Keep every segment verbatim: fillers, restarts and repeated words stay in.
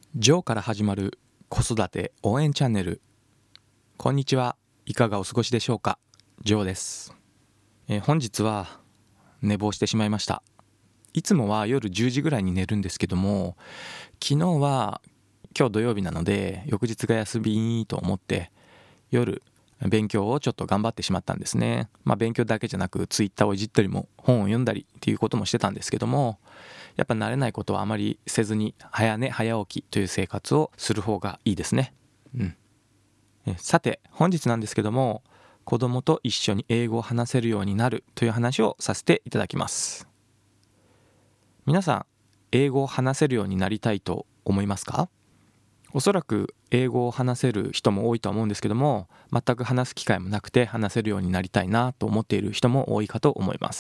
ジョーから始まる子育て応援チャンネル。こんにちは。いかがお過ごしでしょうか。ジョーです、えー、本日は寝坊してしまいました。いつもは夜じゅうじぐらいに寝るんですけども、昨日は今日土曜日なので翌日が休みと思って夜勉強をちょっと頑張ってしまったんですね。まあ勉強だけじゃなくツイッターをいじったりも本を読んだりっていうこともしてたんですけども、やっぱ慣れないことはあまりせずに早寝早起きという生活をする方がいいですね。うん。えさて本日なんですけども、子供と一緒に英語を話せるようになるという話をさせていただきます。皆さん英語を話せるようになりたいと思いますか？おそらく英語を話せる人も多いとは思うんですけども、全く話す機会もなくて話せるようになりたいなと思っている人も多いかと思います。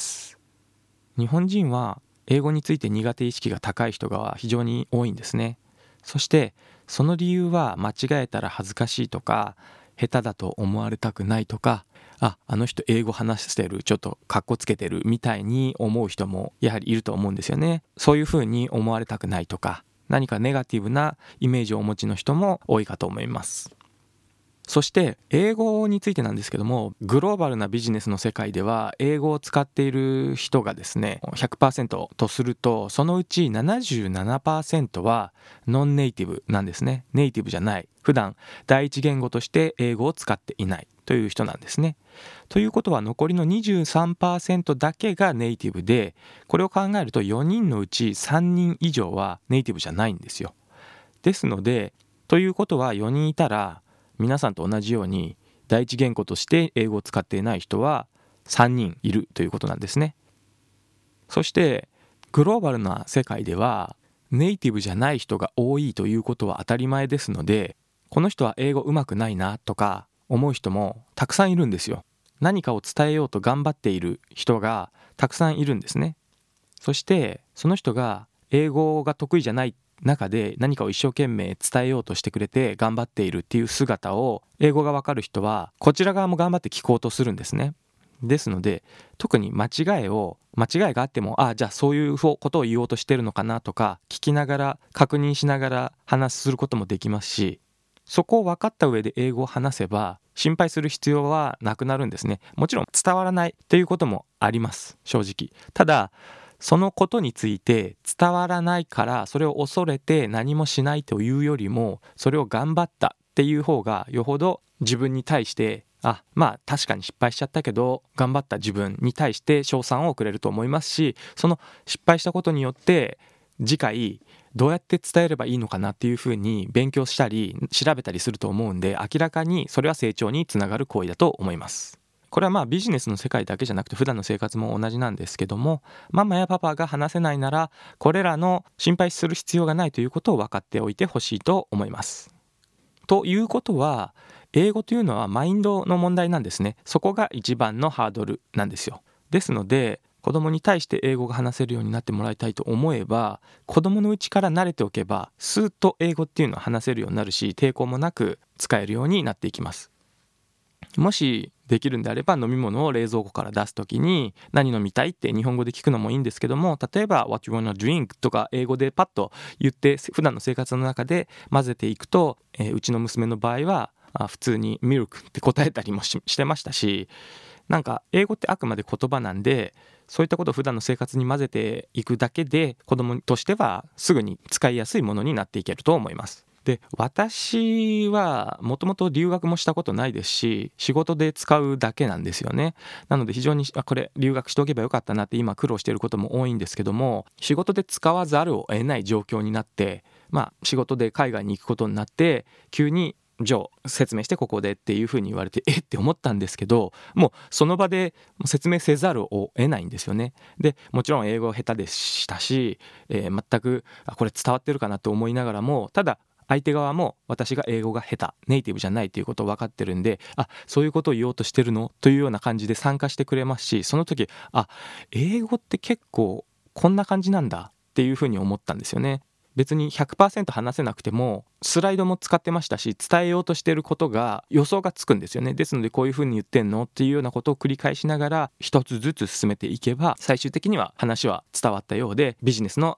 日本人は英語について苦手意識が高い人が非常に多いんですね。そしてその理由は間違えたら恥ずかしいとか、下手だと思われたくないとか、あ、あの人英語話してる、ちょっとカッコつけてるみたいに思う人もやはりいると思うんですよね。そういうふうに思われたくないとか、何かネガティブなイメージをお持ちの人も多いかと思います。そして英語についてなんですけども、グローバルなビジネスの世界では英語を使っている人がですね ひゃくパーセント とすると、そのうち ななじゅうななパーセント はノンネイティブなんですね。ネイティブじゃない、普段第一言語として英語を使っていないという人なんですね。ということは残りの にじゅうさんパーセント だけがネイティブで、これを考えるとよにんのうちさんにん以上はネイティブじゃないんですよ。ですので、ということはよにんいたら皆さんと同じように第一言語として英語を使っていない人はさんにんいるということなんですね。そしてグローバルな世界ではネイティブじゃない人が多いということは当たり前ですので、この人は英語上手くないなとか思う人もたくさんいるんですよ。何かを伝えようと頑張っている人がたくさんいるんですね。そしてその人が英語が得意じゃない中で何かを一生懸命伝えようとしてくれて頑張っているっていう姿を英語がわかる人はこちら側も頑張って聞こうとするんですね。ですので特に間違いを間違いがあっても、ああじゃあそういうことを言おうとしてるのかなとか聞きながら確認しながら話することもできますし、そこを分かった上で英語を話せば心配する必要はなくなるんですね。もちろん伝わらないっていうこともあります、正直。ただそのことについて伝わらないからそれを恐れて何もしないというよりも、それを頑張ったっていう方がよほど自分に対して、あ、まあ確かに失敗しちゃったけど頑張った自分に対して称賛をくれると思いますし、その失敗したことによって次回どうやって伝えればいいのかなっていうふうに勉強したり調べたりすると思うんで、明らかにそれは成長につながる行為だと思います。これはまあビジネスの世界だけじゃなくて普段の生活も同じなんですけども、ママやパパが話せないならこれらの心配する必要がないということを分かっておいてほしいと思います。ということは英語というのはマインドの問題なんですね。そこが一番のハードルなんですよ。ですので子供に対して英語が話せるようになってもらいたいと思えば、子供のうちから慣れておけばスーッと英語っていうのは話せるようになるし、抵抗もなく使えるようになっていきます。もしできるんであれば飲み物を冷蔵庫から出すときに何飲みたいって日本語で聞くのもいいんですけども、例えば What you wanna drink とか英語でパッと言って普段の生活の中で混ぜていくと、えー、うちの娘の場合はあ普通にミルクって答えたりも し, してましたし、なんか英語ってあくまで言葉なんで、そういったことを普段の生活に混ぜていくだけで子供としてはすぐに使いやすいものになっていけると思います。で、私はもともと留学もしたことないですし、仕事で使うだけなんですよね。なので非常にあこれ留学しておけばよかったなって今苦労していることも多いんですけども、仕事で使わざるを得ない状況になって、まあ仕事で海外に行くことになって急にじゃあ説明してここでっていうふうに言われてえって思ったんですけど、もうその場で説明せざるを得ないんですよね。でもちろん英語下手でしたし、えー、全くあこれ伝わってるかなと思いながらも、ただ相手側も私が英語が下手ネイティブじゃないということを分かってるんで、あそういうことを言おうとしてるのというような感じで参加してくれますし、その時あ英語って結構こんな感じなんだっていうふうに思ったんですよね。別に ひゃくパーセント 話せなくてもスライドも使ってましたし、伝えようとしていることが予想がつくんですよね。ですのでこういうふうに言ってんのっていうようなことを繰り返しながら一つずつ進めていけば、最終的には話は伝わったようでビジネスの相手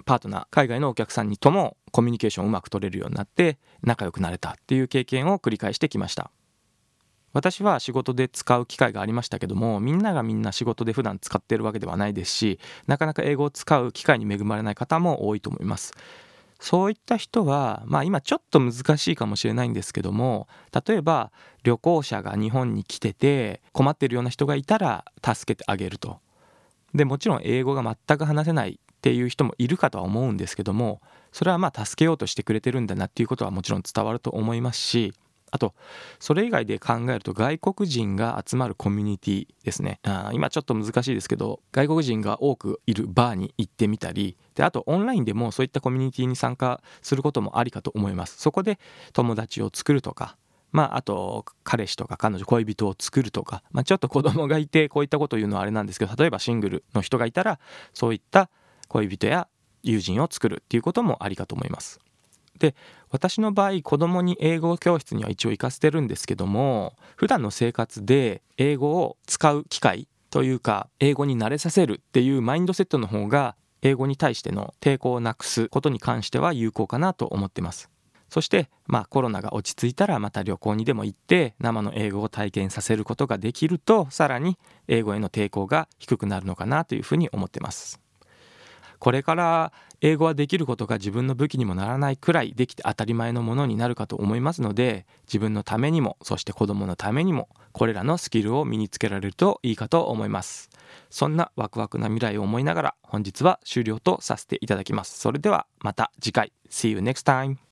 パートナー、海外のお客さんにともコミュニケーションをうまく取れるようになって仲良くなれたっていう経験を繰り返してきました。私は仕事で使う機会がありましたけども、みんながみんな仕事で普段使っているわけではないですし、なかなか英語を使う機会に恵まれない方も多いと思います。そういった人は、まあ今ちょっと難しいかもしれないんですけども、例えば旅行者が日本に来てて困っているような人がいたら助けてあげると。でもちろん英語が全く話せないっていう人もいるかとは思うんですけども、それはまあ助けようとしてくれてるんだなっていうことはもちろん伝わると思いますし、あとそれ以外で考えると外国人が集まるコミュニティですね。あ今ちょっと難しいですけど、外国人が多くいるバーに行ってみたりで、あとオンラインでもそういったコミュニティに参加することもありかと思います。そこで友達を作るとか、まあ、あと彼氏とか彼女恋人を作るとか、まあ、ちょっと子供がいてこういったことを言うのはあれなんですけど、例えばシングルの人がいたらそういった恋人や友人を作るっていうこともありかと思います。で、私の場合子供に英語教室には一応行かせてるんですけども、普段の生活で英語を使う機会というか英語に慣れさせるっていうマインドセットの方が英語に対しての抵抗をなくすことに関しては有効かなと思ってます。そしてまあコロナが落ち着いたらまた旅行にでも行って生の英語を体験させることができると、さらに英語への抵抗が低くなるのかなというふうに思ってます。これから英語はできることが自分の武器にもならないくらいできて当たり前のものになるかと思いますので、自分のためにもそして子供のためにもこれらのスキルを身につけられるといいかと思います。そんなワクワクな未来を思いながら本日は終了とさせていただきます。それではまた次回。See you next time.